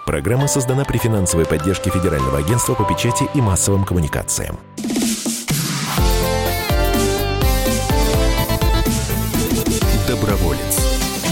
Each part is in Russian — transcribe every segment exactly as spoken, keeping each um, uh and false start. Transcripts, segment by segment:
Программа создана при финансовой поддержке Федерального агентства по печати и массовым коммуникациям. Доброволец.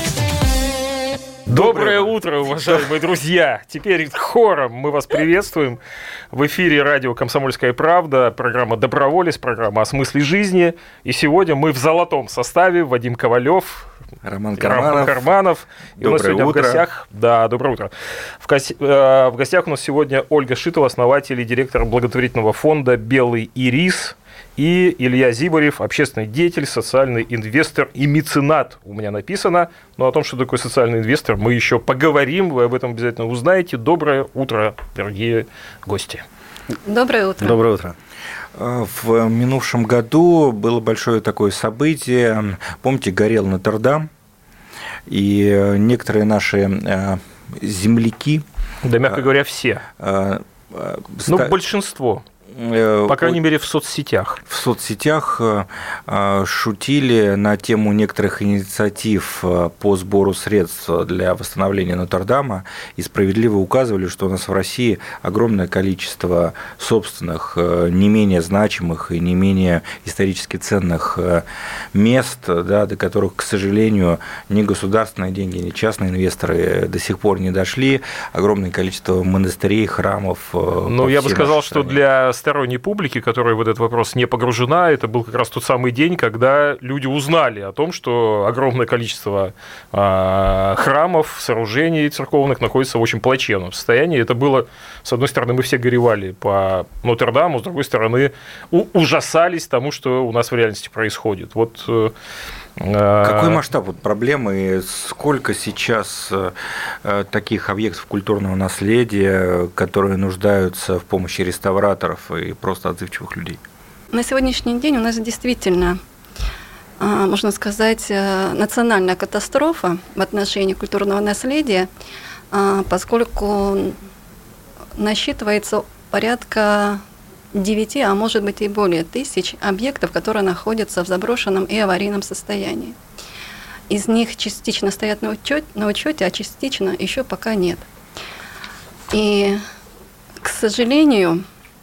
Доброе утро, уважаемые друзья! Теперь хором мы вас приветствуем. В эфире радио «Комсомольская правда», программа «Доброволец», программа о смысле жизни. И сегодня мы в золотом составе. Вадим Ковалев, Роман Карманов. Роман Карманов. И доброе у нас сегодня утро. в гостях... Да, доброе утро. В, гос... в гостях у нас сегодня Ольга Шитова, основатель и директор благотворительного фонда «Белый ирис». И Илья Зибарев, общественный деятель, социальный инвестор и меценат. У меня написано. Но о том, что такое социальный инвестор, мы еще поговорим. Вы об этом обязательно узнаете. Доброе утро, дорогие гости. Доброе утро. Доброе утро. В минувшем году было большое такое событие. Помните, горел Нотр-Дам. И некоторые наши земляки... Да, мягко говоря, все. Ну, большинство. По крайней мере, в соцсетях. В соцсетях шутили на тему некоторых инициатив по сбору средств для восстановления Нотр-Дама и справедливо указывали, что у нас в России огромное количество собственных, не менее значимых и не менее исторически ценных мест, да, до которых, к сожалению, ни государственные деньги, ни частные инвесторы до сих пор не дошли. Огромное количество монастырей, храмов. Ну, я бы сказал, что для сторонней публики, которая в этот вопрос не погружена, это был как раз тот самый день, когда люди узнали о том, что огромное количество э, храмов, сооружений церковных находится в очень плачевном состоянии. Это было, с одной стороны, мы все горевали по Нотр-Даму, с другой стороны, у- ужасались тому, что у нас в реальности происходит. Вот. Э, Какой масштаб вот проблемы, сколько сейчас таких объектов культурного наследия, которые нуждаются в помощи реставраторов и просто отзывчивых людей? На сегодняшний день у нас действительно, можно сказать, национальная катастрофа в отношении культурного наследия, поскольку насчитывается порядка девяти, а может быть и более тысяч объектов, которые находятся в заброшенном и аварийном состоянии. Из них частично стоят на учете, на учете, а частично еще пока нет. И, к сожалению,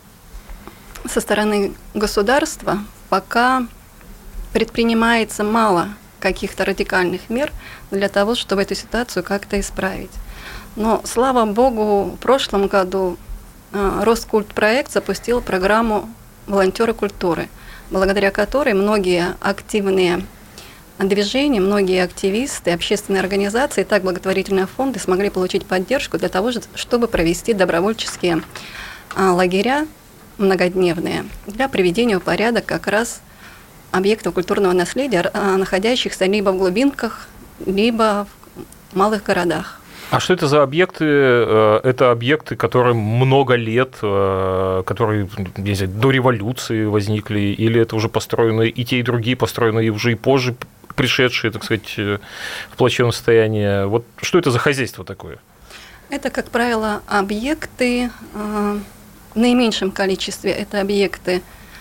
со стороны государства пока предпринимается мало каких-то радикальных мер для того, чтобы эту ситуацию как-то исправить. Но, слава богу, в прошлом году Роскультпроект запустил программу «Волонтеры культуры», благодаря которой многие активные движения, многие активисты, общественные организации, так благотворительные фонды смогли получить поддержку для того, чтобы провести добровольческие лагеря многодневные для приведения в порядок как раз объектов культурного наследия, находящихся либо в глубинках, либо в малых городах. А что это за объекты? Это объекты, которые много лет, которые не знаю, до революции возникли, или это уже построенные, и те, и другие построенные уже и позже пришедшие, так сказать, в плачевном состоянии? Вот что это за хозяйство такое? Это, как правило, объекты, в наименьшем количестве это объекты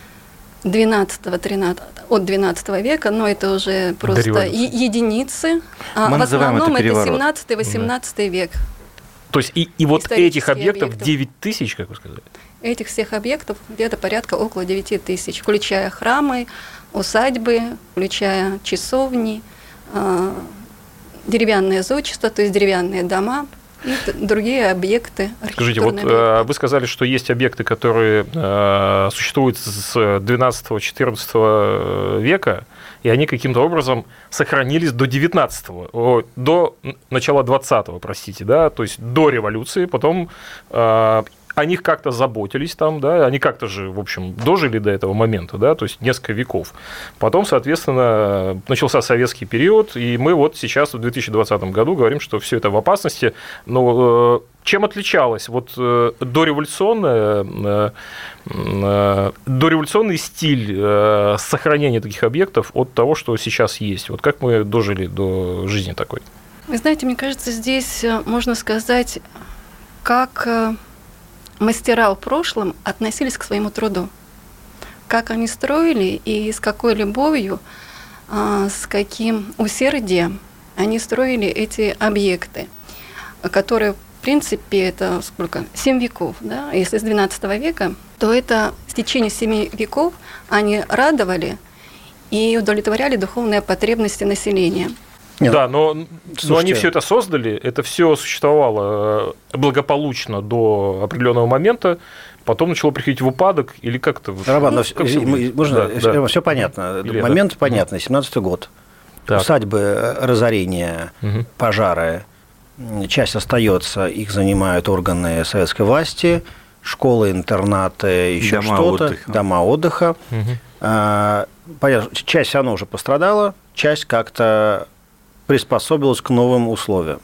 двенадцатого-тринадцатого, от двенадцатого века, но это уже просто е- единицы. Мы а в основном это, это семнадцатый-восемнадцатый да. век. То есть и, и вот этих объектов объектов. девять тысяч, как вы сказали? Этих всех объектов где-то порядка около девяти тысяч, включая храмы, усадьбы, включая часовни, э, деревянное зодчество, то есть деревянные дома, и другие объекты. Скажите, вот объекты. Вы сказали, что есть объекты, которые э, существуют с двенадцатого-четырнадцатого века, и они каким-то образом сохранились до девятнадцатого, о, до начала двадцатого, простите, да, то есть до революции, потом э, о них как-то заботились там, да, они как-то же, в общем, дожили до этого момента, да, то есть несколько веков. Потом, соответственно, начался советский период, и мы вот сейчас в две тысячи двадцатом году говорим, что все это в опасности, но чем отличалось вот дореволюционное, дореволюционный стиль сохранения таких объектов от того, что сейчас есть? Вот как мы дожили до жизни такой? Вы знаете, мне кажется, здесь можно сказать, как мастера в прошлом относились к своему труду, как они строили и с какой любовью, с каким усердием они строили эти объекты, которые принципе, это сколько? Семь веков, да? Если с двенадцатого века, то это в течение семи веков они радовали и удовлетворяли духовные потребности населения. Нет, да, но, но они все это создали, это все существовало благополучно до определенного момента, потом начало приходить в упадок, или как-то... Роман, ну, как можно, да, да. Все понятно, или момент это? Понятный, семнадцатый год. Так. Усадьбы, разорение, угу. пожары, часть остается, их занимают органы советской власти, школы, интернаты, еще дома что-то, отдыха. дома отдыха. Угу. Понятно, часть все равно уже пострадала, часть как-то приспособилась к новым условиям.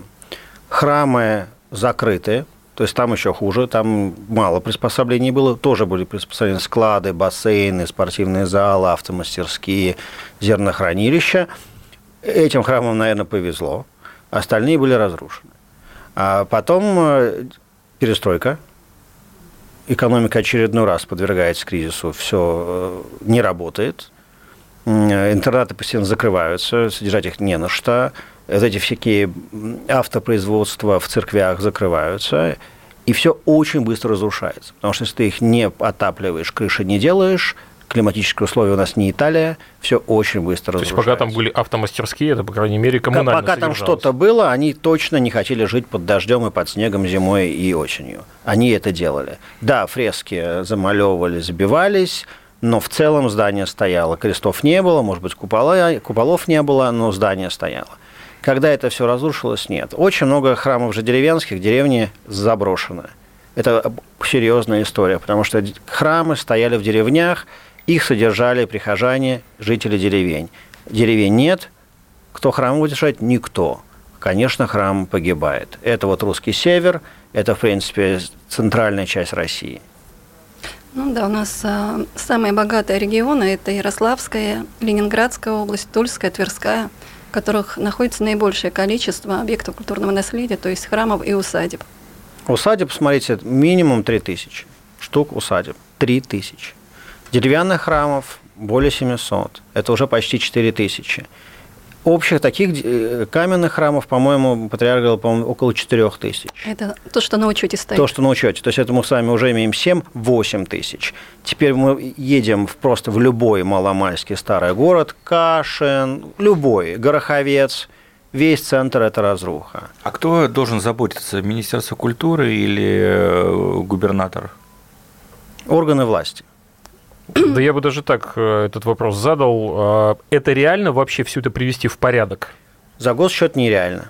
Храмы закрыты, то есть там еще хуже, там мало приспособлений было, тоже были приспособлены склады, бассейны, спортивные залы, автомастерские, зернохранилища. Этим храмам, наверное, повезло, остальные были разрушены. А потом перестройка, экономика очередной раз подвергается кризису, все не работает, интернаты постепенно закрываются, содержать их не на что, вот эти всякие автопроизводства в церквях закрываются, и все очень быстро разрушается, потому что если ты их не отапливаешь, крыши не делаешь, климатические условия у нас не Италия, все очень быстро разрушается. То есть, пока там были автомастерские, это, по крайней мере, коммунально Пока там что-то было, они точно не хотели жить под дождем и под снегом зимой и осенью. Они это делали. Да, фрески замалевывали, забивались, но в целом здание стояло. Крестов не было, может быть, купола, куполов не было, но здание стояло. Когда это все разрушилось, нет. Очень много храмов же деревенских, деревни заброшены. Это серьезная история, потому что храмы стояли в деревнях, их содержали прихожане, жители деревень. Деревень нет. Кто храм будет держать? Никто. Конечно, храм погибает. Это вот русский север, это, в принципе, центральная часть России. Ну да, у нас а, самые богатые регионы – это Ярославская, Ленинградская область, Тульская, Тверская, в которых находится наибольшее количество объектов культурного наследия, то есть храмов и усадеб. Усадеб, смотрите, минимум три тысячи штук усадеб. три тысячи. Деревянных храмов более семисот. Это уже почти четыре тысячи. Общих таких каменных храмов, по-моему, патриарх говорил, по-моему, около четырех тысяч. Это то, что на учете стоит. То, что на учете. То есть это мы с вами уже имеем семь-восемь тысяч. Теперь мы едем просто в любой маломальский старый город, Кашин, любой, Гороховец, весь центр – это разруха. А кто должен заботиться, Министерство культуры или губернатор? Органы власти. Да я бы даже так этот вопрос задал. Это реально вообще все это привести в порядок? За госсчет нереально.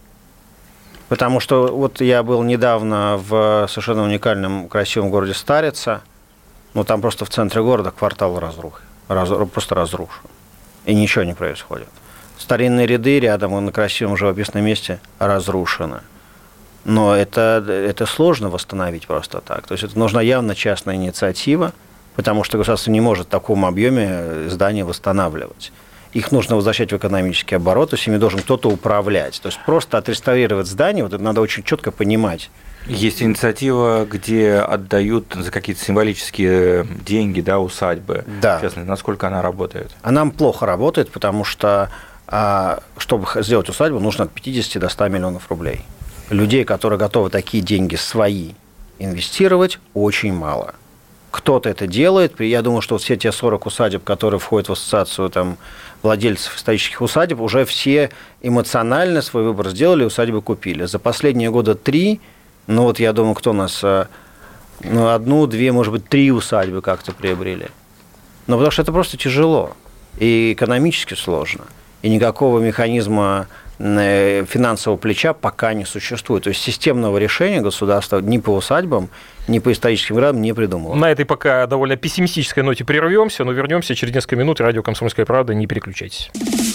Потому что вот я был недавно в совершенно уникальном красивом городе Старица, ну там просто в центре города квартал разрухи, раз, просто разрушен, и ничего не происходит. Старинные ряды рядом на красивом живописном месте разрушены. Но это, это сложно восстановить просто так. То есть это нужна явно частная инициатива, потому что государство не может в таком объеме здания восстанавливать. Их нужно возвращать в экономический оборот, то есть ими должен кто-то управлять. То есть просто отреставрировать здание, вот это надо очень четко понимать. Есть инициатива, где отдают за какие-то символические деньги, да, усадьбы. Да. Честно, насколько она работает? Она плохо работает, потому что, чтобы сделать усадьбу, нужно от пятидесяти до ста миллионов рублей. Людей, которые готовы такие деньги свои инвестировать, очень мало. Кто-то это делает. Я думаю, что все те сорок усадеб, которые входят в ассоциацию там, владельцев исторических усадеб, уже все эмоционально свой выбор сделали, усадьбы купили. За последние года три, ну вот я думаю, кто у нас, ну, одну, две, может быть, три усадьбы как-то приобрели. Ну, потому что это просто тяжело и экономически сложно. И никакого механизма финансового плеча пока не существует. То есть системного решения государства ни по усадьбам, ни по историческим городам не придумало. На этой пока довольно пессимистической ноте прервемся, но вернемся через несколько минут. Радио «Комсомольская правда», не переключайтесь.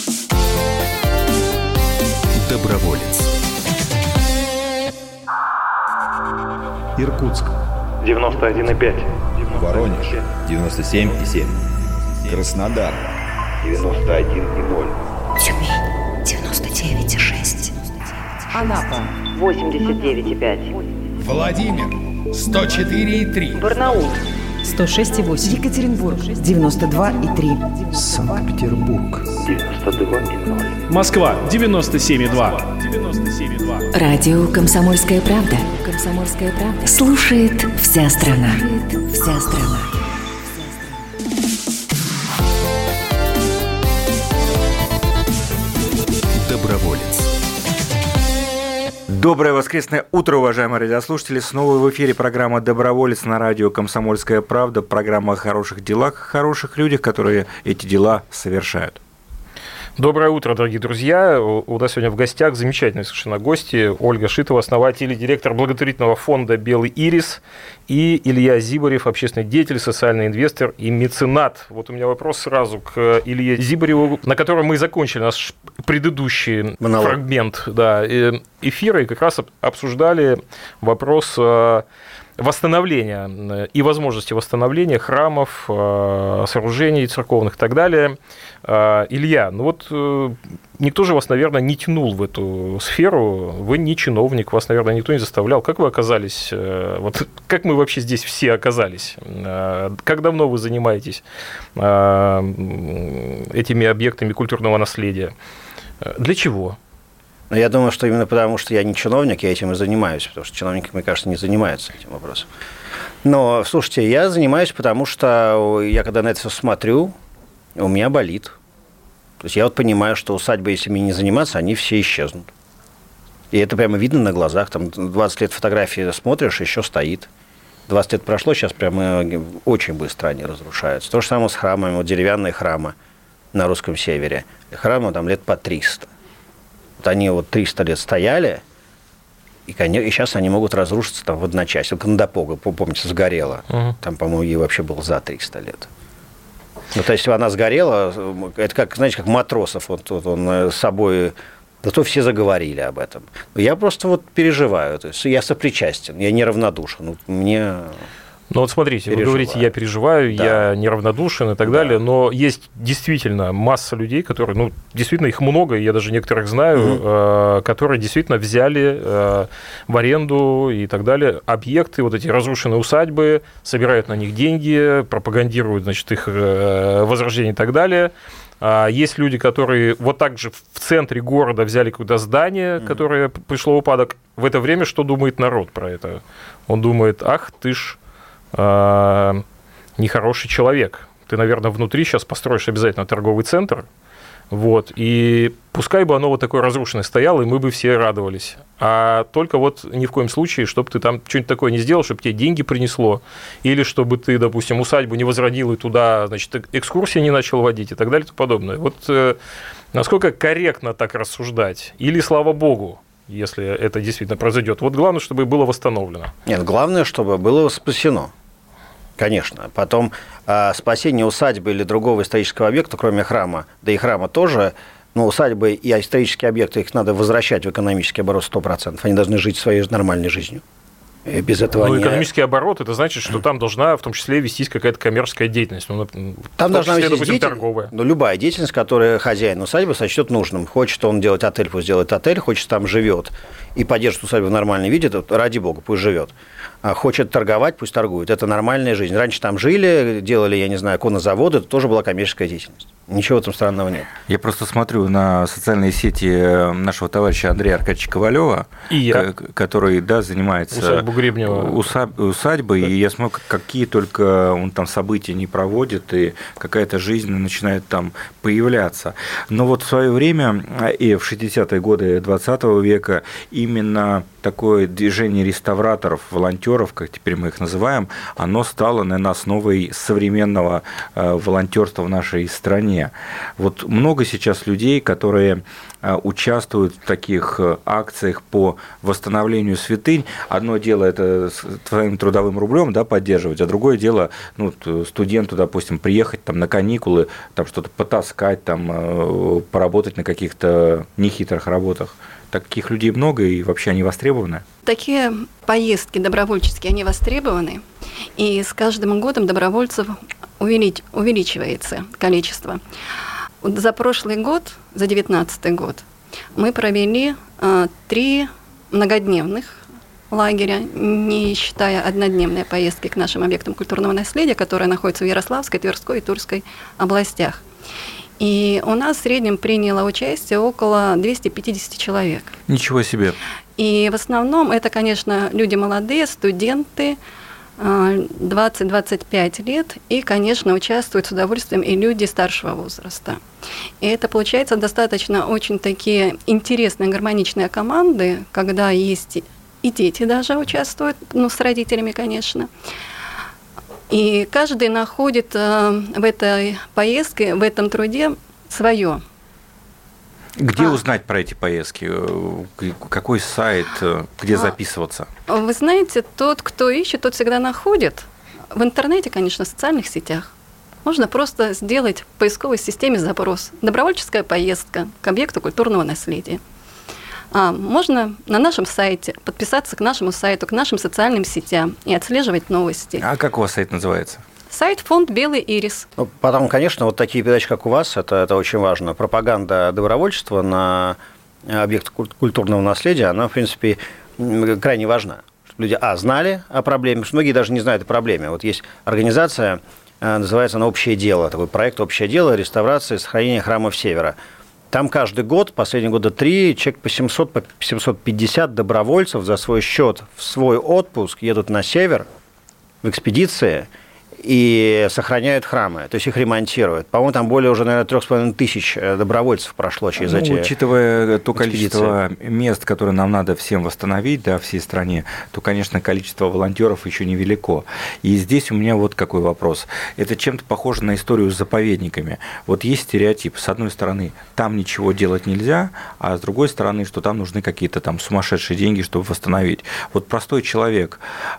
Доброволец. Иркутск. девяносто один и пять. Воронеж. девяносто семь и семь. Краснодар. девяносто один и ноль. Тюмень. девяносто девять и шесть. Анапа. восемьдесят девять и пять. Владимир. сто четыре и три. Барнаул. сто шесть и восемь. Екатеринбург, девяносто два и три. Санкт-Петербург, девяносто два и ноль. Москва, девяносто семь и два. Радио «Комсомольская правда». «Комсомольская правда». Слушает вся страна. Слушает вся страна. Доброволец. Доброе воскресное утро, уважаемые радиослушатели. Снова в эфире программа «Доброволец» на радио «Комсомольская правда». Программа о хороших делах, о хороших людях, которые эти дела совершают. Доброе утро, дорогие друзья. У нас сегодня в гостях замечательные совершенно гости. Ольга Шитова, основатель и директор благотворительного фонда «Белый ирис», и Илья Зибарев, общественный деятель, социальный инвестор и меценат. Вот у меня вопрос сразу к Илье Зибареву, на котором мы закончили наш предыдущий Монолог. фрагмент да, эфира, и как раз обсуждали вопрос восстановления и возможности восстановления храмов, сооружений церковных и так далее. Илья, ну вот никто же вас, наверное, не тянул в эту сферу, вы не чиновник, вас, наверное, никто не заставлял. Как вы оказались, вот как мы вообще здесь все оказались? Как давно вы занимаетесь этими объектами культурного наследия? Для чего? Но я думаю, что именно потому, что я не чиновник, я этим и занимаюсь, потому что чиновники, мне кажется, не занимаются этим вопросом. Но, слушайте, я занимаюсь, потому что я, когда на это все смотрю, у меня болит. То есть я вот понимаю, что усадьбы, если ими не заниматься, они все исчезнут. И это прямо видно на глазах. Там двадцать лет фотографии смотришь, еще стоит. двадцать лет прошло, сейчас прямо очень быстро они разрушаются. То же самое с храмами, вот деревянные храмы на русском севере. Храмы там лет по триста. Вот они вот триста лет стояли, и, конечно, и сейчас они могут разрушиться там в одночасье. Кандапога, помните, сгорела. Uh-huh. Там, по-моему, ей вообще было за триста лет. Ну, то есть, она сгорела, это как, знаете, как Матросов, вот, вот он с собой, да то все заговорили об этом. Я просто вот переживаю, то есть, я сопричастен, я неравнодушен. Вот мне... Ну вот смотрите, переживаю. Вы говорите, я переживаю, да. я неравнодушен и так да. далее, но есть действительно масса людей, которые, ну, действительно их много, я даже некоторых знаю, mm-hmm. э, которые действительно взяли э, в аренду и так далее объекты, вот эти разрушенные усадьбы, собирают на них деньги, пропагандируют, значит, их э, возрождение и так далее. А есть люди, которые вот так же в центре города взяли какое-то здание, mm-hmm. которое пришло в упадок. В это время что думает народ про это? Он думает, ах ты ж нехороший человек. Ты, наверное, внутри сейчас построишь обязательно торговый центр, вот, и пускай бы оно вот такое разрушенное стояло, и мы бы все радовались. А только вот ни в коем случае, чтобы ты там что-нибудь такое не сделал, чтобы тебе деньги принесло, или чтобы ты, допустим, усадьбу не возродил и туда, значит, экскурсии не начал водить и так далее и тому подобное. Вот э, насколько корректно так рассуждать? Или, слава богу, если это действительно произойдет. Вот главное, чтобы было восстановлено. Нет, главное, чтобы было спасено. Конечно. Потом э, спасение усадьбы или другого исторического объекта, кроме храма, да и храма тоже, но усадьбы и исторические объекты, их надо возвращать в экономический оборот сто процентов. Они должны жить своей нормальной жизнью. И без этого ну, они... экономический оборот, это значит, что там должна в том числе вестись какая-то коммерческая деятельность. Ну, там должна числе, вестись допустим, деятель... торговая. Ну, любая деятельность, которую хозяин усадьбы сочтет нужным. Хочет он делать отель, пусть делает отель, хочет там живет и поддержит усадьбу в нормальном виде, то ради бога, пусть живет. А хочет торговать, пусть торгует. Это нормальная жизнь. Раньше там жили, делали, я не знаю, коннозаводы, это тоже была коммерческая деятельность. Ничего в этом странного нет. Я просто смотрю на социальные сети нашего товарища Андрея Аркадьевича Ковалева, который, да, занимается усадьбу Гребнева. усадьбой, да. И я смотрю, какие только он там события не проводит, и какая-то жизнь начинает там появляться. Но вот в свое время, и в шестидесятые годы двадцатого века, именно такое движение реставраторов, волонтеров, как теперь мы их называем, оно стало, наверное, основой современного волонтерства в нашей стране. Вот много сейчас людей, которые участвуют в таких акциях по восстановлению святынь. Одно дело это своим трудовым рублем, да, поддерживать, а другое дело, ну, студенту, допустим, приехать там на каникулы, там что-то потаскать, там поработать на каких-то нехитрых работах. Таких людей много, и вообще они востребованы? Такие поездки добровольческие, они востребованы, и с каждым годом добровольцев увелич... увеличивается количество. Вот за прошлый год, за девятнадцатый год, мы провели э, три многодневных лагеря, не считая однодневные поездки к нашим объектам культурного наследия, которые находятся в Ярославской, Тверской и Тульской областях. И у нас в среднем приняло участие около двести пятьдесят человек. Ничего себе. И в основном это, конечно, люди молодые, студенты, двадцать-двадцать пять лет, и, конечно, участвуют с удовольствием и люди старшего возраста. И это, получается, достаточно очень такие интересные, гармоничные команды, когда есть и дети даже участвуют, ну, с родителями, конечно. И каждый находит в этой поездке, в этом труде свое. Где а. узнать про эти поездки? Какой сайт? Где записываться? Вы знаете, тот, кто ищет, тот всегда находит. В интернете, конечно, в социальных сетях. Можно просто сделать в поисковой системе запрос «Добровольческая поездка к объекту культурного наследия». А можно на нашем сайте подписаться к нашему сайту, к нашим социальным сетям и отслеживать новости. А как у вас сайт называется? Сайт «Фонд Белый Ирис». Ну, потом, конечно, вот такие передачи, как у вас, это, это очень важно. Пропаганда добровольчества на объект культурного наследия, она, в принципе, крайне важна. Чтобы люди, а, знали о проблеме, что многие даже не знают о проблеме. Вот есть организация, называется она «Общее дело», такой проект «Общее дело. Реставрация и сохранение храмов Севера». Там каждый год, последние года три, человек по семьсот, по семьсот пятьдесят добровольцев за свой счет в свой отпуск едут на север в экспедиции и сохраняют храмы, то есть их ремонтируют. По-моему, там более уже, наверное, трех с половиной тысяч добровольцев прошло через ну, эти учитывая то экспедиции. Количество мест, которые нам надо всем восстановить, да, всей стране, то, конечно, количество волонтеров еще невелико. И здесь у меня вот какой вопрос. Это чем-то похоже на историю с заповедниками. Вот есть стереотип. С одной стороны, там ничего делать нельзя, а с другой стороны, что там нужны какие-то там сумасшедшие деньги, чтобы восстановить. Вот простой человек,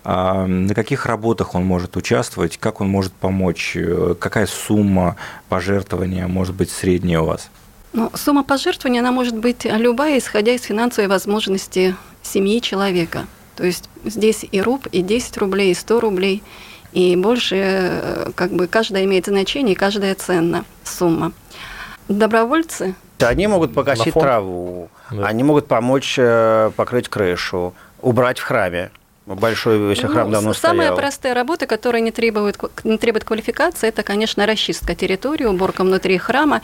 на каких работах он может участвовать, как он может помочь, какая сумма пожертвования может быть средняя у вас? Ну, сумма пожертвования, она может быть любая, исходя из финансовой возможности семьи человека. То есть здесь и руб, и десять рублей, и сто рублей, и больше, как бы, каждая имеет значение, и каждая ценна сумма. Добровольцы... Они могут покосить траву, да. Они могут помочь покрыть крышу, убрать в храме. Большой, если храм ну, давно самые стоял. простые работы, которые не требуют, не требуют квалификации, это, конечно, расчистка территории, уборка внутри храма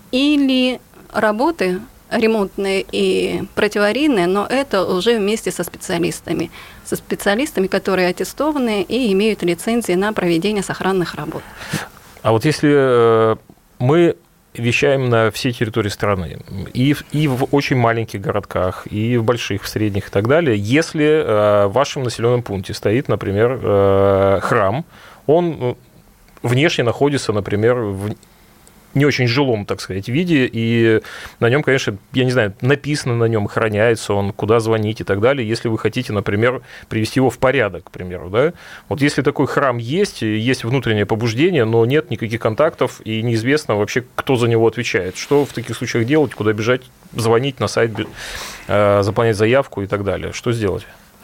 или работы ремонтные и противоаварийные, но это уже вместе со специалистами, со специалистами, которые аттестованы и имеют лицензии на проведение сохранных работ. А вот если мы вещаем на всей территории страны, и, и в очень маленьких городках, и в больших, в средних и так далее. Если э, в вашем населенном пункте стоит, например, э, храм, он внешне находится, например, в не очень жилом, так сказать, виде, и на нем, конечно, я не знаю, написано на нем, охраняется он, куда звонить и так далее, если вы хотите, например, привести его в порядок, к примеру, да. Вот если такой храм есть, есть внутреннее побуждение, но нет никаких контактов, и неизвестно вообще, кто за него отвечает, что в таких случаях делать, куда бежать, звонить на сайт, заполнять заявку и так далее, что сделать?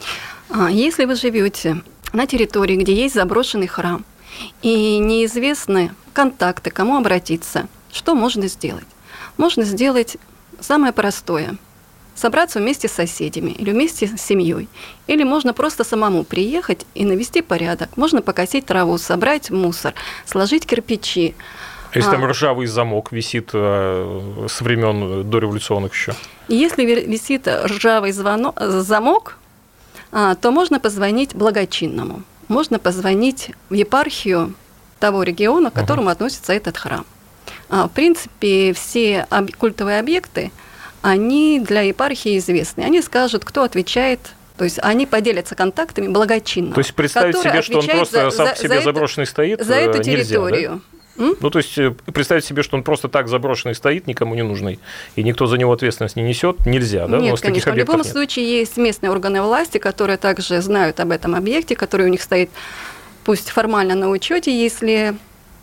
Если вы живете на территории, где есть заброшенный храм, и неизвестны контакты, кому обратиться, что можно сделать? Можно сделать самое простое. Собраться вместе с соседями или вместе с семьей. Или можно просто самому приехать и навести порядок. Можно покосить траву, собрать мусор, сложить кирпичи. Если а, там ржавый замок висит э, с времен дореволюционных еще? Если висит ржавый звонок, замок, а, то можно позвонить благочинному. Можно позвонить в епархию того региона, к которому uh-huh. относится этот храм. В принципе, все культовые объекты, они для епархии известны. Они скажут, кто отвечает, то есть они поделятся контактами благочинного. То есть представить себе, что он просто за, сам за, по себе за заброшенный это, стоит, за эту нельзя, территорию. Да? Ну, то есть представить себе, что он просто так заброшенный стоит, никому не нужный, и никто за него ответственность не несет, нельзя, да? Нет, конечно. В любом нет. случае есть местные органы власти, которые также знают об этом объекте, который у них стоит, пусть формально на учете, если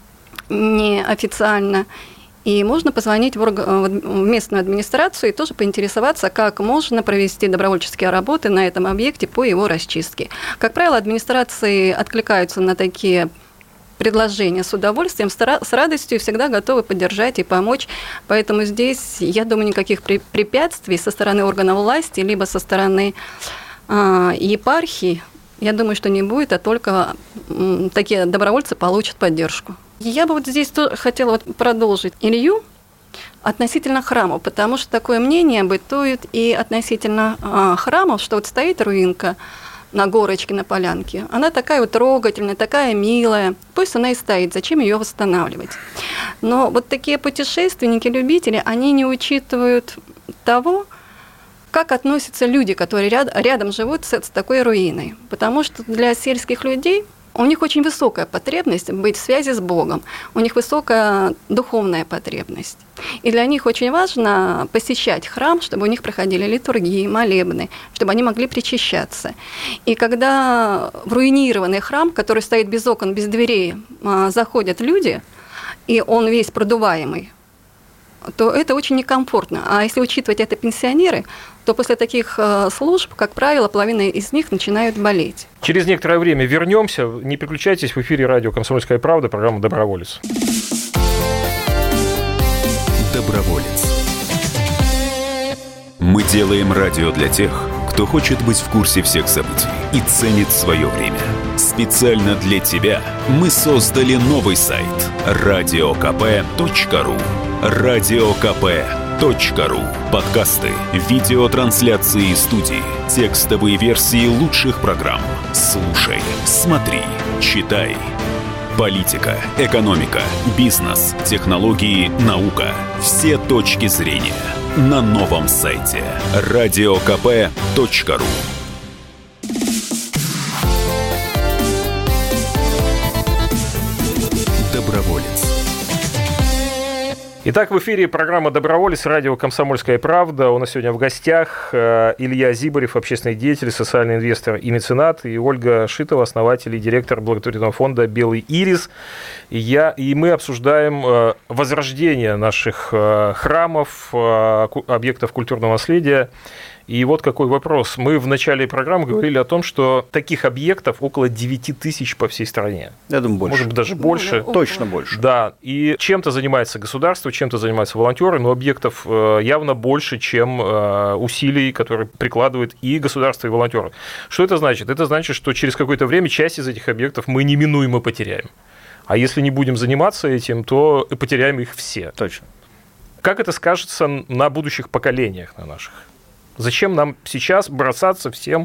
не официально. И можно позвонить в, орг... в местную администрацию и тоже поинтересоваться, как можно провести добровольческие работы на этом объекте по его расчистке. Как правило, администрации откликаются на такие предложения с удовольствием, с радостью, всегда готовы поддержать и помочь. Поэтому здесь, я думаю, никаких препятствий со стороны органов власти, либо со стороны епархий, я думаю, что не будет, а только такие добровольцы получат поддержку. Я бы вот здесь хотела вот продолжить Илью относительно храмов, потому что такое мнение бытует и относительно а, храмов, что вот стоит руинка на горочке, на полянке, она такая вот трогательная, такая милая, пусть она и стоит, зачем ее восстанавливать? Но вот такие путешественники, любители, они не учитывают того, как относятся люди, которые ряд, рядом живут с, с такой руиной, потому что для сельских людей у них очень высокая потребность быть в связи с Богом, у них высокая духовная потребность. И для них очень важно посещать храм, чтобы у них проходили литургии, молебны, чтобы они могли причащаться. И когда в руинированный храм, который стоит без окон, без дверей, заходят люди, и он весь продуваемый, то это очень некомфортно. А если учитывать это пенсионеры, то после таких служб, как правило, половина из них начинают болеть. Через некоторое время вернемся. Не переключайтесь, в эфире радио «Комсомольская правда», программа «Доброволец». Доброволец. Мы делаем радио для тех, кто хочет быть в курсе всех событий и ценит свое время. Специально для тебя мы создали новый сайт радио ка пэ точка ру. радио ка пэ точка ру. Подкасты, видеотрансляции студии, текстовые версии лучших программ. Слушай, смотри, читай. Политика, экономика, бизнес, технологии, наука. Все точки зрения на новом сайте радио ка пэ точка ру. Доброволец. Итак, в эфире программа «Доброволец», радио «Комсомольская правда». У нас сегодня в гостях Илья Зибарев, общественный деятель, социальный инвестор и меценат, и Ольга Шитова, основатель и директор благотворительного фонда «Белый ирис». И, я, и мы обсуждаем возрождение наших храмов, объектов культурного наследия. И вот какой вопрос. Мы в начале программы говорили о том, что таких объектов около девять тысяч по всей стране. Я думаю, больше. Может быть, даже больше. Ну, точно больше. Да, и чем-то занимается государство, чем-то занимаются волонтеры, но объектов явно больше, чем усилий, которые прикладывают и государство, и волонтеры. Что это значит? Это значит, что через какое-то время часть из этих объектов мы неминуемо потеряем. А если не будем заниматься этим, то потеряем их все. Точно. Как это скажется на будущих поколениях, на наших? Зачем нам сейчас бросаться всем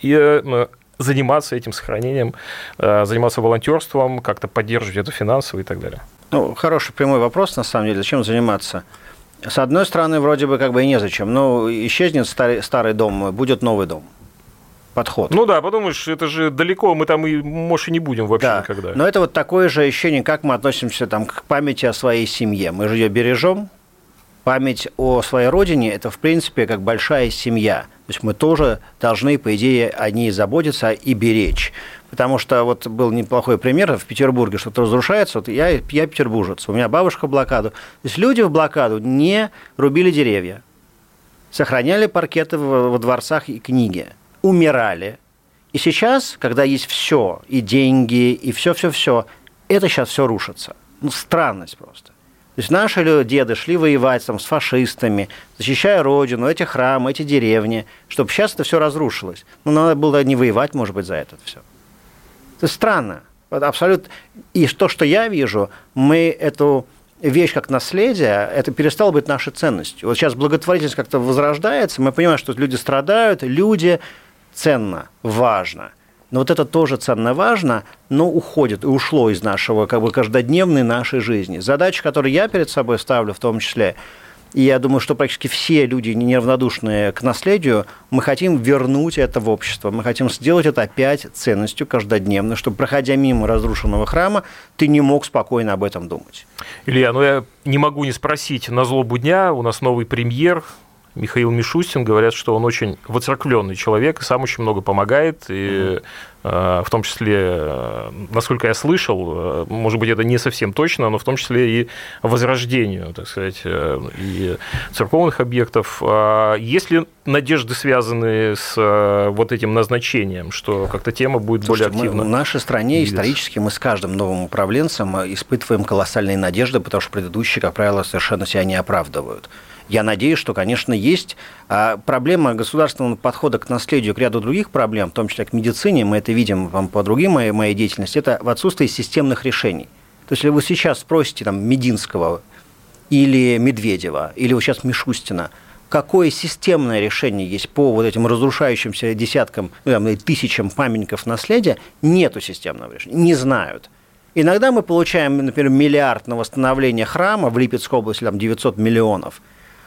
и заниматься этим сохранением, заниматься волонтерством, как-то поддерживать это финансово и так далее? Ну, хороший прямой вопрос, на самом деле. Зачем заниматься? С одной стороны, вроде бы как бы и незачем. Но исчезнет старый, старый дом, будет новый дом. Подход. Ну да, подумаешь, это же далеко, мы там, и, может, и не будем вообще да, никогда. Но это вот такое же ощущение, как мы относимся там, к памяти о своей семье. Мы же ее бережем. Память о своей родине – это, в принципе, как большая семья. То есть мы тоже должны, по идее, о ней заботиться и беречь. Потому что вот был неплохой пример в Петербурге, что-то разрушается. Вот я, я петербуржец, у меня бабушка в блокаду. То есть люди в блокаду не рубили деревья, сохраняли паркеты во дворцах и книги, умирали. И сейчас, когда есть все, и деньги, и все-все-все, это сейчас все рушится. Ну, странность просто. То есть наши деды шли воевать там, с фашистами, защищая родину, эти храмы, эти деревни, чтобы сейчас это все разрушилось. Ну, надо было не воевать, может быть, за это все. Это странно. Абсолютно. И то, что я вижу, мы эту вещь как наследие, это перестало быть нашей ценностью. Вот сейчас благотворительность как-то возрождается, мы понимаем, что люди страдают, люди ценно, важно. Но вот это тоже ценно, важно, но уходит и ушло из нашего как бы каждодневной нашей жизни. Задача, которую я перед собой ставлю в том числе, и я думаю, что практически все люди, неравнодушные к наследию, мы хотим вернуть это в общество, мы хотим сделать это опять ценностью каждодневной, чтобы, проходя мимо разрушенного храма, ты не мог спокойно об этом думать. Илья, ну я не могу не спросить, на злобу дня у нас новый премьер Михаил Мишустин. Говорят, что он очень воцерквленный человек и сам очень много помогает, и mm-hmm. в том числе, насколько я слышал, может быть, это не совсем точно, но в том числе и возрождению, так сказать, и церковных объектов. Есть ли надежды, связанные с вот этим назначением, что как-то тема будет Слушайте, более активна? Мы, в нашей стране двигаться? Исторически мы с каждым новым управленцем испытываем колоссальные надежды, потому что предыдущие, как правило, совершенно себя не оправдывают. Я надеюсь, что, конечно, есть проблема государственного подхода к наследию, к ряду других проблем, в том числе к медицине, мы это видим по другим моей, моей деятельности, это в отсутствии системных решений. То есть, если вы сейчас спросите там, Мединского или Медведева, или вот сейчас Мишустина, какое системное решение есть по вот этим разрушающимся десяткам, ну, там, тысячам памятников наследия, нету системного решения, не знают. Иногда мы получаем, например, миллиард на восстановление храма в Липецкой области, там девятьсот миллионов,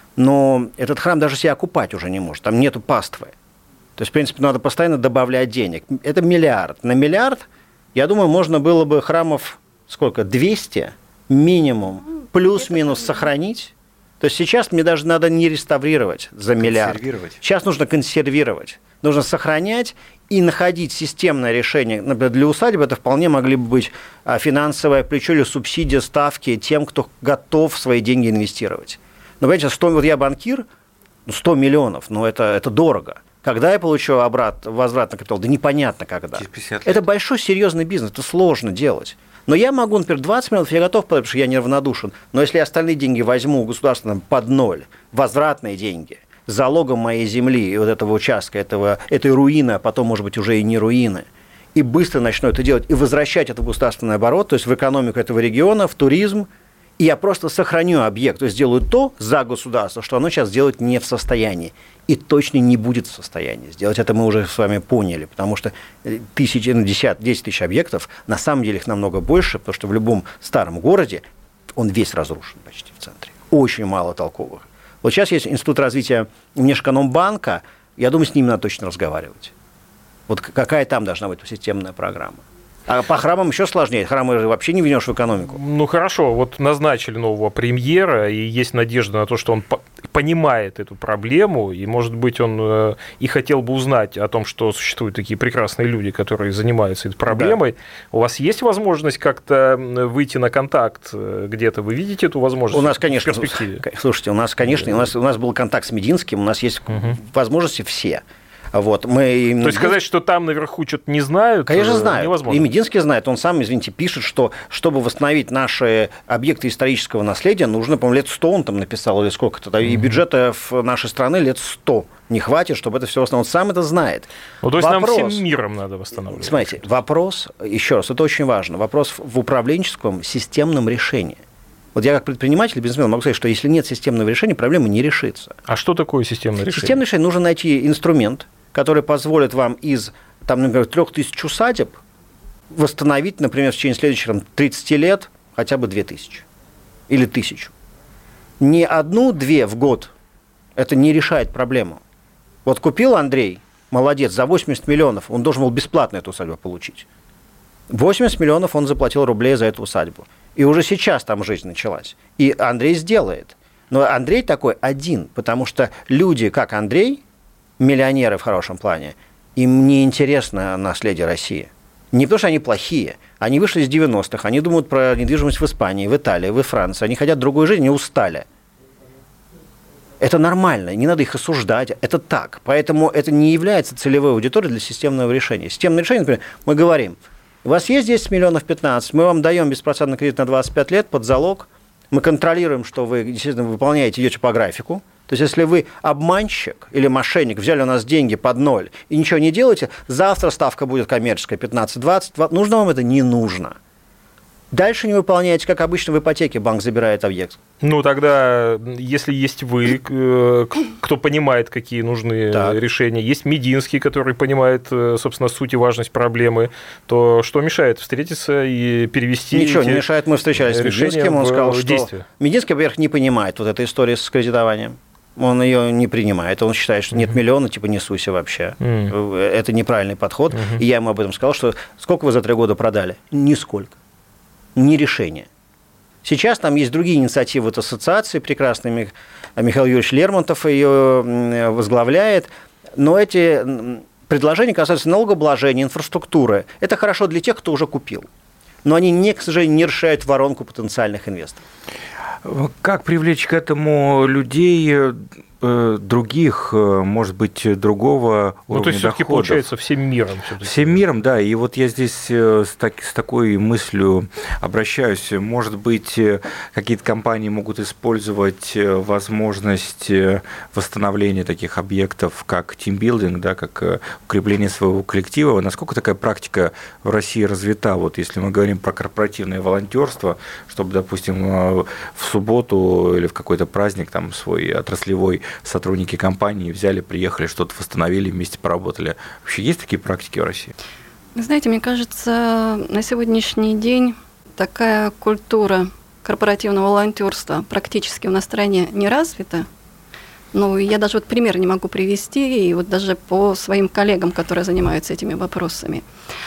но этот храм даже себя окупать уже не может, там нету паствы. То есть, в принципе, надо постоянно добавлять денег. Это миллиард. На миллиард, я думаю, можно было бы храмов сколько, двести минимум, плюс-минус сохранить. То есть сейчас мне даже надо не реставрировать за миллиард. Сейчас нужно консервировать. Нужно сохранять и находить системное решение. Например, для усадьбы это вполне могли бы быть финансовое плечо или субсидия, ставки тем, кто готов свои деньги инвестировать. Но, понимаете, сто, вот я банкир, сто миллионов, но это, это дорого. Когда я получу обрат, возврат на капитал? Да непонятно когда. Это большой серьезный бизнес, это сложно делать. Но я могу, например, двадцать миллионов, я готов, потому что я неравнодушен. Но если я остальные деньги возьму у государства под ноль, возвратные деньги, залогом моей земли и вот этого участка, этого, этой руины, а потом, может быть, уже и не руины, и быстро начну это делать, и возвращать это в государственный оборот, то есть в экономику этого региона, в туризм, и я просто сохраню объект, то есть сделаю то за государство, что оно сейчас делать не в состоянии. И точно не будет в состоянии сделать. Это мы уже с вами поняли, потому что тысячи, ну, десять, десять тысяч объектов, на самом деле их намного больше, потому что в любом старом городе он весь разрушен почти в центре. Очень мало толковых. Вот сейчас есть Институт развития Внешэкономбанка, я думаю, с ними надо точно разговаривать. Вот какая там должна быть системная программа. А по храмам еще сложнее. Храмы вообще не введешь в экономику. Ну хорошо, вот назначили нового премьера, и есть надежда на то, что он понимает эту проблему, и, может быть, он и хотел бы узнать о том, что существуют такие прекрасные люди, которые занимаются этой проблемой. Да. У вас есть возможность как-то выйти на контакт где-то? Вы видите эту возможность? У нас, конечно, в перспективе? Слушайте, у нас, конечно, да. у нас, у нас был контакт с Мединским, у нас есть угу. возможности все. Вот, мы... То есть сказать, что там наверху что-то не знают, конечно, знают. Невозможно. И Мединский знает. Он сам, извините, пишет, что чтобы восстановить наши объекты исторического наследия, нужно, по-моему, лет сто, он там написал, или сколько-то. Mm-hmm. И бюджета в нашей страны лет сто не хватит, чтобы это все восстановить. Он сам это знает. Ну, то есть вопрос, нам всем миром надо восстанавливать. Смотрите, вопрос, еще раз, это очень важно, вопрос в управленческом системном решении. Вот я как предприниматель, бизнесмен могу сказать, что если нет системного решения, проблема не решится. А что такое системное решение? Системное решение нужно найти инструмент, который позволит вам из, там, например, трех тысяч усадеб восстановить, например, в течение следующих там, тридцати лет хотя бы две тысячи или тысячу. Не одну-две в год, это не решает проблему. Вот купил Андрей, молодец, за восемьдесят миллионов, он должен был бесплатно эту усадьбу получить. восемьдесят миллионов он заплатил рублей за эту усадьбу. И уже сейчас там жизнь началась. И Андрей сделает. Но Андрей такой один, потому что люди, как Андрей, миллионеры в хорошем плане, им не интересно наследие России. Не потому, что они плохие. Они вышли из девяностых, они думают про недвижимость в Испании, в Италии, в Франции. Они хотят другой жизни, они устали. Это нормально, не надо их осуждать, это так. Поэтому это не является целевой аудиторией для системного решения. Системное решение, например, мы говорим, у вас есть десять миллионов пятнадцать, мы вам даем беспроцентный кредит на двадцать пять лет под залог, мы контролируем, что вы действительно выполняете, идете по графику. То есть, если вы обманщик или мошенник, взяли у нас деньги под ноль и ничего не делаете, завтра ставка будет коммерческая пятнадцать-двадцать, нужно вам это? Не нужно. Дальше не выполняете, как обычно в ипотеке банк забирает объект. Ну, тогда, если есть вы, кто понимает, какие нужны так. решения, есть Мединский, который понимает, собственно, суть и важность проблемы, то что мешает встретиться и перевести Ничего не мешает. Мы встречались с Мединским, он сказал, что действие. Мединский, во-первых, не понимает вот этой истории с кредитованием. Он ее не принимает, он считает, что нет uh-huh. миллиона, типа не суйся вообще. Uh-huh. Это неправильный подход. Uh-huh. И я ему об этом сказал, что сколько вы за три года продали? Нисколько. Не решение. Сейчас там есть другие инициативы от ассоциации прекрасные, Михаил Юрьевич Лермонтов ее возглавляет, но эти предложения касаются налогообложения, инфраструктуры. Это хорошо для тех, кто уже купил. Но они, не, к сожалению, не решают воронку потенциальных инвесторов. Как привлечь к этому людей других, может быть, другого уровня доходов? Ну, то есть, все-таки получается, всем миром. Все-таки. Всем миром, да. И вот я здесь с, так, с такой мыслью обращаюсь. Может быть, какие-то компании могут использовать возможность восстановления таких объектов, как тимбилдинг, да, как укрепление своего коллектива. Насколько такая практика в России развита? Вот если мы говорим про корпоративное волонтерство, чтобы, допустим, в субботу или в какой-то праздник там свой отраслевой сотрудники компании взяли, приехали, что-то восстановили, вместе поработали. Вообще есть такие практики в России? Вы знаете, мне кажется, на сегодняшний день такая культура корпоративного волонтерства практически у нас в стране не развита. Ну, я даже вот пример не могу привести, и вот даже по своим коллегам, которые занимаются этими вопросами.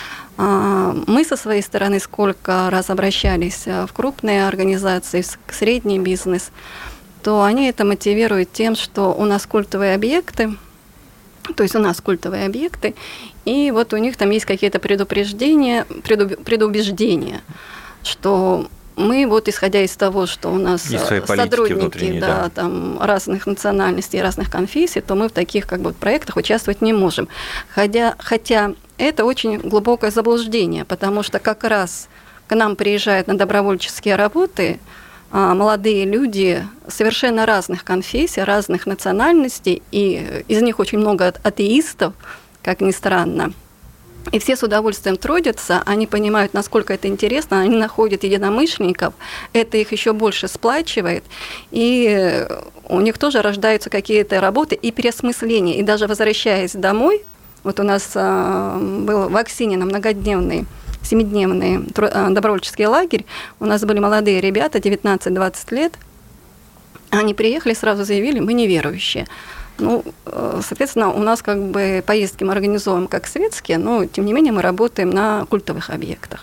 Мы со своей стороны сколько раз обращались в крупные организации, в средний бизнес, то они это мотивируют тем, что у нас культовые объекты, то есть у нас культовые объекты, и вот у них там есть какие-то предупреждения, предубеждения, что мы вот, исходя из того, что у нас сотрудники да, да. Там, разных национальностей, разных конфессий, то мы в таких как бы, проектах участвовать не можем. Хотя, хотя это очень глубокое заблуждение, потому что как раз к нам приезжают на добровольческие работы молодые люди совершенно разных конфессий, разных национальностей, и из них очень много атеистов, как ни странно. И все с удовольствием трудятся, они понимают, насколько это интересно, они находят единомышленников, это их еще больше сплачивает, и у них тоже рождаются какие-то работы и переосмысления. И даже возвращаясь домой, вот у нас был в Аксинино многодневный семидневный добровольческий лагерь. У нас были молодые ребята, девятнадцать-двадцать лет. Они приехали, сразу заявили, мы неверующие. Ну, соответственно, у нас как бы поездки мы организуем как светские, но, тем не менее, мы работаем на культовых объектах.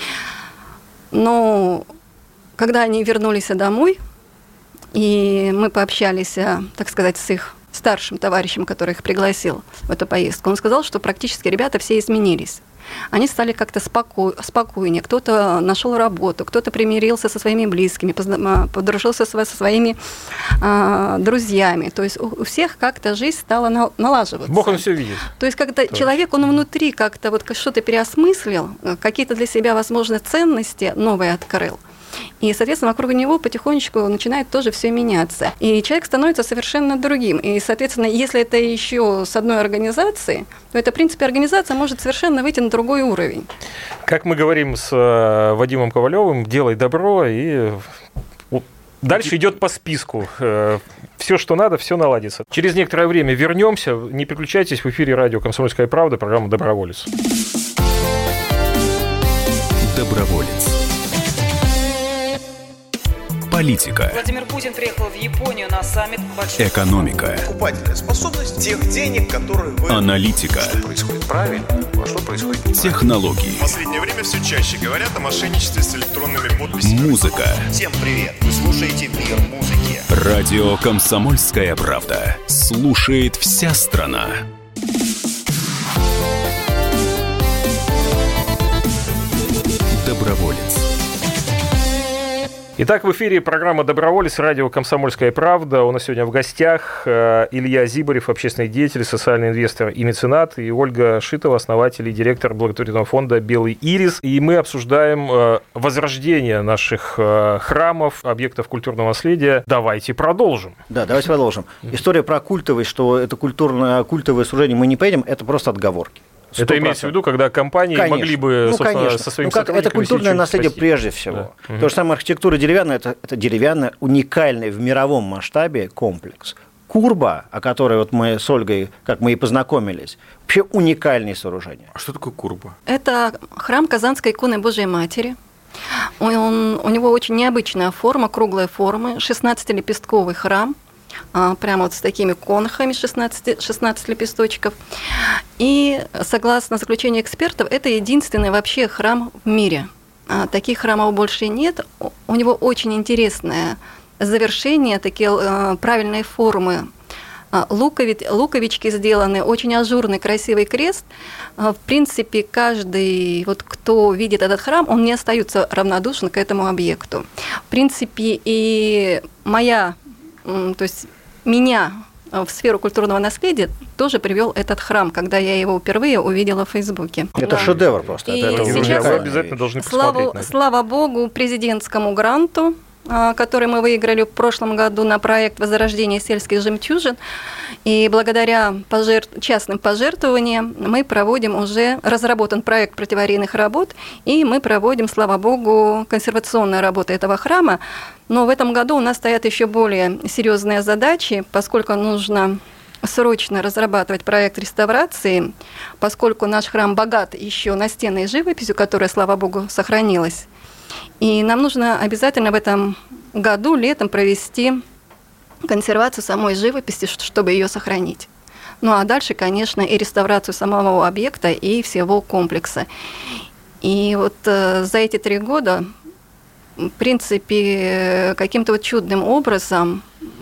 Но когда они вернулись домой, и мы пообщались, так сказать, с их старшим товарищем, который их пригласил в эту поездку, он сказал, что практически ребята все изменились. Они стали как-то споко... спокойнее, кто-то нашел работу, кто-то примирился со своими близкими, подружился со своими э, друзьями. То есть у всех как-то жизнь стала налаживаться. Бог он все видит. То есть когда Тоже. человек, он внутри как-то вот что-то переосмыслил, какие-то для себя, возможно, ценности новые открыл. И, соответственно, вокруг него потихонечку начинает тоже все меняться. И человек становится совершенно другим. И, соответственно, если это еще с одной организации, то это, в принципе, организация может совершенно выйти на другой уровень. Как мы говорим с Вадимом Ковалевым, делай добро, и дальше идет по списку. Все, что надо, все наладится. Через некоторое время вернемся. Не переключайтесь, в эфире радио «Комсомольская правда», программа «Доброволец». Доброволец. Политика. Владимир Путин приехал в Японию на саммит большой. Экономика. Покупательная способность тех денег, которые вы... Аналитика. Что происходит правильно, а что происходит неправильно. Технологии. В последнее время все чаще говорят о мошенничестве с электронными подписями. Музыка. Всем привет. Вы слушаете «Мир музыки». Радио «Комсомольская правда». Слушает вся страна. Доброволец. Итак, в эфире программа «Доброволец», радио «Комсомольская правда». У нас сегодня в гостях Илья Зибарев, общественный деятель, социальный инвестор и меценат, и Ольга Шитова, основатель и директор благотворительного фонда «Белый ирис». И мы обсуждаем возрождение наших храмов, объектов культурного наследия. Давайте продолжим. Да, давайте продолжим. История про культовость, что это культурное, культовое сооружение, мы не поедем, это просто отговорки. сто процентов. Это имеется в виду, когда компании конечно. могли бы, собственно, ну, со своим ну, как, это культурное наследие спасти. Прежде всего. Да. То же самое архитектура деревянная, это, это деревянный, уникальный в мировом масштабе комплекс. Курба, о которой вот мы с Ольгой, как мы и познакомились, вообще уникальное сооружение. А что такое Курба? Это храм Казанской иконы Божией Матери. Он, у него очень необычная форма, круглая форма, шестнадцатилепестковый храм. Прямо вот с такими конхами, шестнадцать, шестнадцать лепесточков. И, согласно заключению экспертов, это единственный вообще храм в мире. Таких храмов больше нет. У него очень интересное завершение, такие правильные формы Лукови... Луковички сделаны, очень ажурный, красивый крест. В принципе, каждый, вот, кто видит этот храм, он не остается равнодушен к этому объекту. В принципе, и моя, то есть меня в сферу культурного наследия тоже привел этот храм, когда я его впервые увидела в Фейсбуке. Это да. шедевр просто. И это сейчас вы обязательно должны посмотреть слава, на это. Слава богу, президентскому гранту, который мы выиграли в прошлом году на проект «Возрождение сельских жемчужин». И благодаря пожертв... частным пожертвованиям мы проводим уже, разработан проект противоаварийных работ, и мы проводим, слава богу, консервационную работу этого храма. Но в этом году у нас стоят еще более серьезные задачи, поскольку нужно срочно разрабатывать проект реставрации, поскольку наш храм богат еще настенной живописью, которая, слава богу, сохранилась. И нам нужно обязательно в этом году летом провести консервацию самой живописи, чтобы ее сохранить. Ну а дальше, конечно, и реставрацию самого объекта и всего комплекса. И вот э, за эти три года, в принципе, каким-то вот чудным образом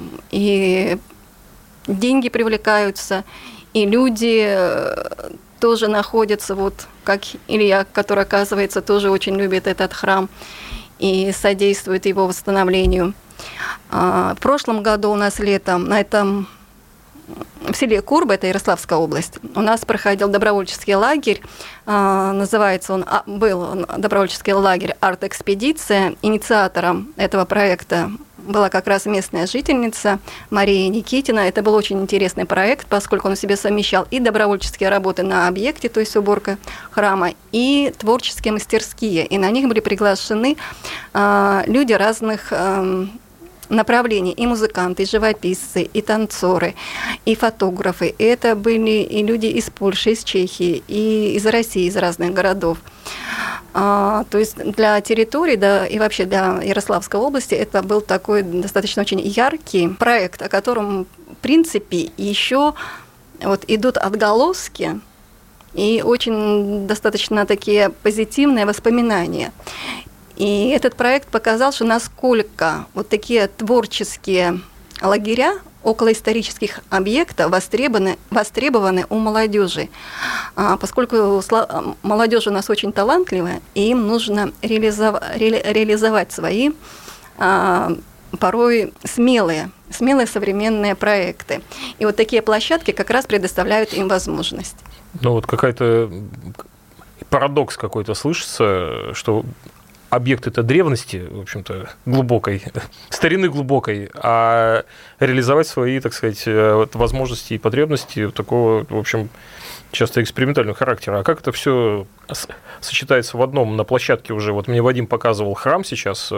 и деньги привлекаются, и люди тоже находятся, вот как Илья, который, оказывается, тоже очень любит этот храм и содействует его восстановлению. В прошлом году у нас летом на этом в селе Курба, это Ярославская область, у нас проходил добровольческий лагерь, называется он, был добровольческий лагерь «Арт-экспедиция». Инициатором этого проекта была как раз местная жительница Мария Никитина. Это был очень интересный проект, поскольку он в себе совмещал и добровольческие работы на объекте, то есть уборка храма, и творческие мастерские. И на них были приглашены э, люди разных э, направлений, и музыканты, и живописцы, и танцоры, и фотографы. И это были и люди из Польши, из Чехии, и из России, из разных городов. А, то есть для территории, да, и вообще для Ярославской области это был такой достаточно очень яркий проект, о котором, в принципе, еще вот идут отголоски и очень достаточно такие позитивные воспоминания. И этот проект показал, что насколько вот такие творческие лагеря около исторических объектов востребованы, востребованы у молодежи, поскольку молодежь у нас очень талантливая, и им нужно реализов, ре, реализовать свои порой смелые, смелые современные проекты. И вот такие площадки как раз предоставляют им возможность. Ну вот какая-то парадокс какой-то слышится, что объект это древности, в общем-то, глубокой, старины глубокой, а реализовать свои, так сказать, возможности и потребности такого, в общем, часто экспериментального характера. А как это все сочетается в одном на площадке уже? Вот мне Вадим показывал храм сейчас,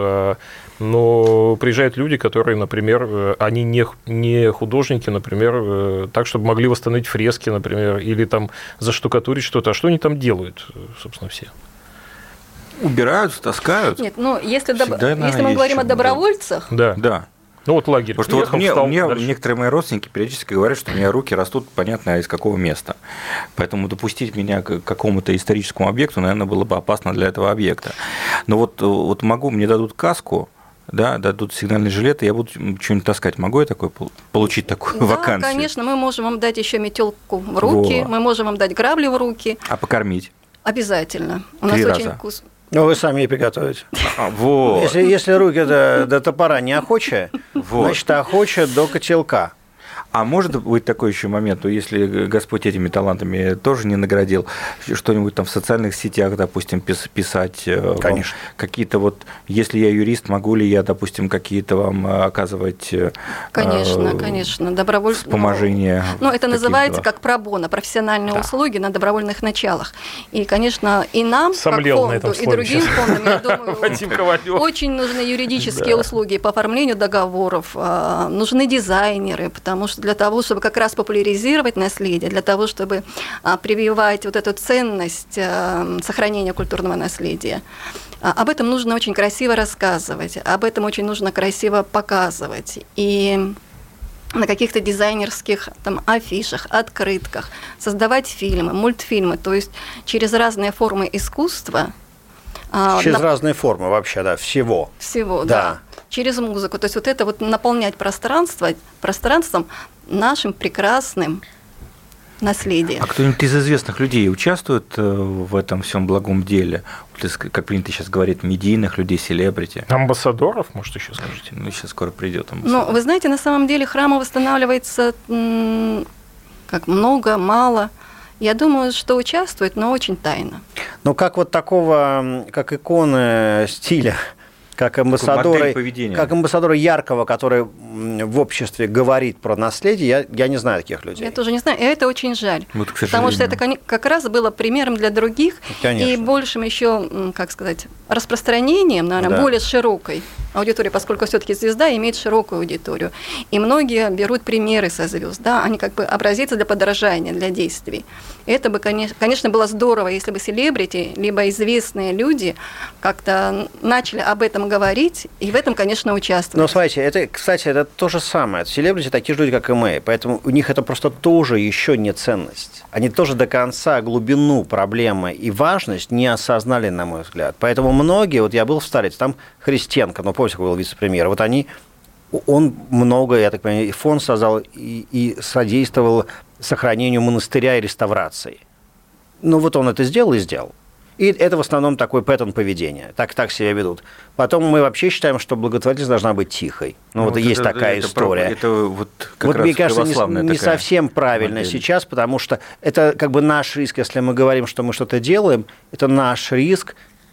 но приезжают люди, которые, например, они не, не художники, например, так, чтобы могли восстановить фрески, например, или там заштукатурить что-то. А что они там делают, собственно, все? Убирают, таскают. Нет, ну если, доб... если мы говорим о добровольцах, да, да. Ну вот лагерь. Потому что вот мне, встал, мне некоторые мои родственники периодически говорят, что у меня руки растут, понятно, из какого места. Поэтому допустить меня к какому-то историческому объекту, наверное, было бы опасно для этого объекта. Но вот, вот могу, мне дадут каску, да, дадут сигнальный жилет, и я буду что-нибудь таскать. Могу я такое, получить такую да, вакансию? Да, конечно, мы можем вам дать еще метелку в руки, Во. мы можем вам дать грабли в руки. А покормить? Обязательно. У Три нас раза. очень вкусно. Ну, вы сами и приготовите. А, вот. Если, если руки до, до топора не охочие, вот. Значит, охочие до котелка. А может быть такой еще момент, если Господь этими талантами тоже не наградил, что-нибудь там в социальных сетях, допустим, писать? Конечно. Какие-то вот, если я юрист, могу ли я, допустим, какие-то вам оказывать Конечно, э, конечно, добровольное вспоможение? Ну, это называется как пробоно, профессиональные да. услуги на добровольных началах. И, конечно, и нам, Сомлел как фонду, и другим сейчас. фондам, я думаю, очень нужны юридические да. услуги по оформлению договоров, нужны дизайнеры, потому что для того, чтобы как раз популяризировать наследие, для того, чтобы а, прививать вот эту ценность а, сохранения культурного наследия. А, об этом нужно очень красиво рассказывать, об этом очень нужно красиво показывать. И на каких-то дизайнерских там, афишах, открытках, создавать фильмы, мультфильмы, то есть через разные формы искусства. Через а, разные формы вообще, да, всего. Всего, да. да. через музыку. То есть вот это вот наполнять пространство, пространством нашим прекрасным наследием. А кто-нибудь из известных людей участвует в этом всем благом деле? Как принято сейчас говорить, медийных людей, селебрити. Амбассадоров, может, еще скажете? Ну, сейчас скоро придет амбассадор. Ну, вы знаете, на самом деле храма восстанавливается как много, мало. Я думаю, что участвует, но очень тайно. Ну, как вот такого, как иконы стиля, как амбассадоры, как амбассадоры яркого, который в обществе говорит про наследие, я, я не знаю таких людей. Я тоже не знаю, и это очень жаль. Вот, потому что это как раз было примером для других. Конечно. И большим еще, как сказать, распространением, наверное, да. более широкой аудитории, поскольку все-таки звезда имеет широкую аудиторию. И многие берут примеры со звезд, да, они как бы образцы для подражания, для действий. И это бы, конечно, конечно, было здорово, если бы селебрити, либо известные люди как-то начали об этом говорить, и в этом, конечно, участвовать. Ну, смотрите, это, кстати, это то же самое. Селебрити такие же люди, как и мы, поэтому у них это просто тоже еще не ценность. Они тоже до конца глубину проблемы и важность не осознали, на мой взгляд. Поэтому многие, вот я был в Старице, там Христенко, ну, помните, какой был вице-премьер, вот они, он много, я так понимаю, и фонд создал, и, и содействовал сохранению монастыря и реставрации. Ну, вот он это сделал и сделал. И это в основном такой паттерн поведения. Так, так себя ведут. Потом мы вообще считаем, что благотворительность должна быть тихой. Ну, ну вот, вот есть это, такая это, история. Это, это вот как вот раз мне кажется, не, не совсем правильно модель. Сейчас, потому что это как бы наш риск, если мы говорим, что мы что-то делаем, это наш риск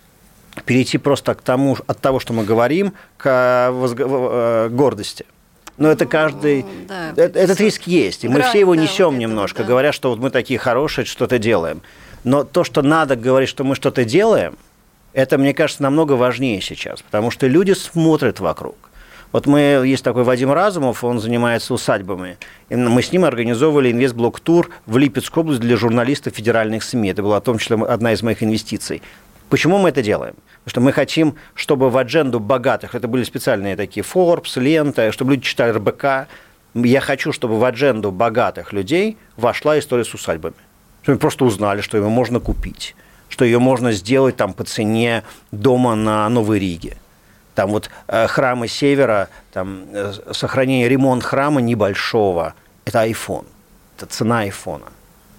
перейти просто к тому, от того, что мы говорим, к возг... гордости. Но это каждый... Да, этот риск есть, и мы все его несем да, немножко, да. говоря, что вот мы такие хорошие, что-то делаем. Но то, что надо говорить, что мы что-то делаем, это, мне кажется, намного важнее сейчас, потому что люди смотрят вокруг. Вот мы, есть такой Вадим Разумов, он занимается усадьбами. И мы с ним организовывали инвестблок-тур в Липецкую область для журналистов федеральных СМИ. Это была в том числе одна из моих инвестиций. Почему мы это делаем? Потому что мы хотим, чтобы в адженду богатых, это были специальные такие Forbes, лента, чтобы люди читали эр бэ ка. Я хочу, чтобы в адженду богатых людей вошла история с усадьбами. Чтобы просто узнали, что ее можно купить, что ее можно сделать там по цене дома на Новой Риге. Там вот э, храмы Севера, там э, сохранение, ремонт храма небольшого, это айфон, это цена айфона.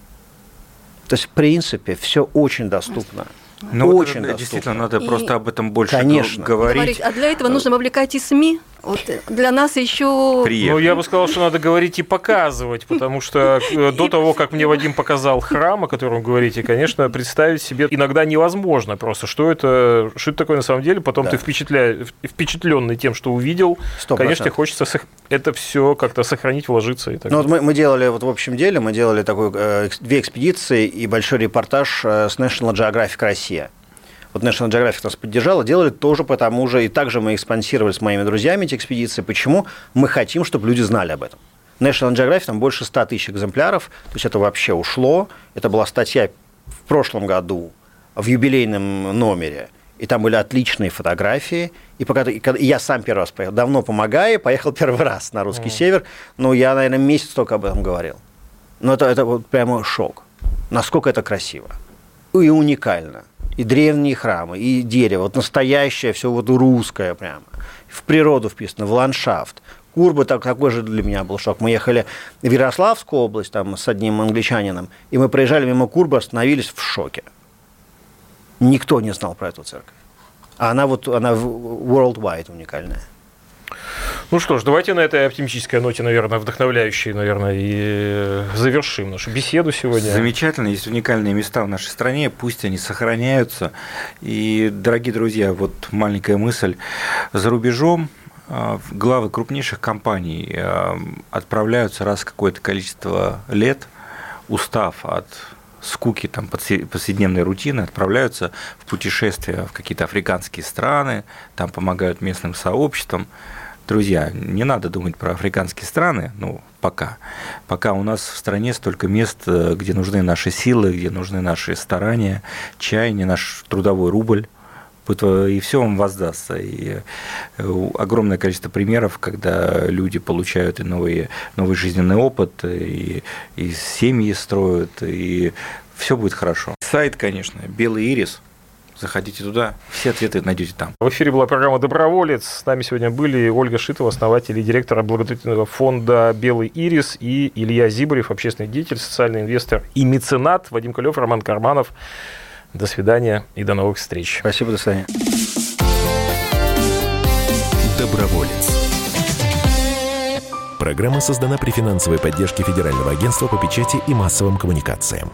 То есть, в принципе, все очень доступно. Ну, очень вот, действительно, надо и... просто об этом больше Конечно. говорить. А для этого нужно вовлекать и СМИ. Вот для нас еще... Приехали. Ну, я бы сказал, что надо говорить и показывать, потому что до того, как мне Вадим показал храм, о котором вы говорите, конечно, представить себе иногда невозможно просто, что это, что это такое на самом деле. Потом да. ты впечатля... впечатленный тем, что увидел, сто процентов. Конечно, хочется это все как-то сохранить, вложиться. И так ну, вот мы, мы делали, вот в общем деле, мы делали такой, э, две экспедиции и большой репортаж э, с National Geographic Россия. Вот National Geographic нас поддержала, делали тоже потому же, и также мы их спонсировали с моими друзьями, эти экспедиции. Почему? Мы хотим, чтобы люди знали об этом. National Geographic, там больше ста тысяч экземпляров, то есть это вообще ушло. Это была статья в прошлом году в юбилейном номере, и там были отличные фотографии. И пока и я сам первый раз поехал, давно помогаю, поехал первый раз на русский mm. север, но я, наверное, месяц только об этом говорил. Но это, это вот прямо шок, насколько это красиво и уникально. И древние храмы, и дерево, вот настоящее, все вот русское прямо, в природу вписано, в ландшафт. Курба так, такой же для меня был шок. Мы ехали в Ярославскую область там, с одним англичанином, и мы проезжали мимо Курбы, остановились в шоке. Никто не знал про эту церковь. А она вот, она worldwide уникальная. Ну что ж, давайте на этой оптимистической ноте, наверное, вдохновляющей, наверное, и завершим нашу беседу сегодня. Замечательно, есть уникальные места в нашей стране, пусть они сохраняются. И, дорогие друзья, вот маленькая мысль. За рубежом главы крупнейших компаний отправляются раз в какое-то количество лет, устав от скуки, там, повседневной рутины, отправляются в путешествия в какие-то африканские страны, там помогают местным сообществам. Друзья, не надо думать про африканские страны, ну, пока. Пока у нас в стране столько мест, где нужны наши силы, где нужны наши старания, чаяние, наш трудовой рубль, и все вам воздастся. И огромное количество примеров, когда люди получают и новый, новый жизненный опыт, и, и семьи строят, и все будет хорошо. Сайт, конечно, Белый ирис, Заходите туда, все ответы найдете там. В эфире была программа «Доброволец». С нами сегодня были Ольга Шитова, основатель и директор благотворительного фонда «Белый ирис», и Илья Зибарев, общественный деятель, социальный инвестор и меценат. Вадим Колев, Роман Карманов. До свидания и до новых встреч. Спасибо, до свидания. Доброволец. Программа создана при финансовой поддержке Федерального агентства по печати и массовым коммуникациям.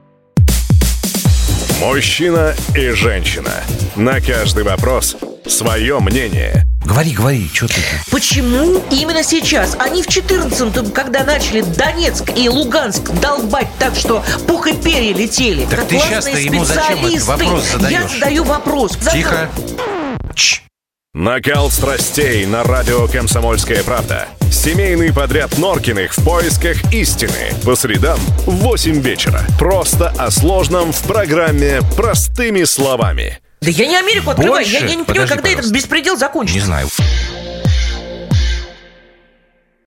Мужчина и женщина. На каждый вопрос свое мнение. Говори, говори, что ты? Почему именно сейчас? Они в четырнадцатом, когда начали Донецк и Луганск долбать так, что пух и перья летели. Так ты сейчас-то ему зачем этот вопрос задаешь? Я задаю вопрос. Тихо. Чш. Накал страстей на радио «Комсомольская правда». Семейный подряд Норкиных в поисках истины. По средам в восемь вечера. Просто о сложном в программе «Простыми словами». Да я не Америку открываю. Больше? Я, я не понимаю, Подожди, когда пожалуйста. этот беспредел закончится. Не знаю.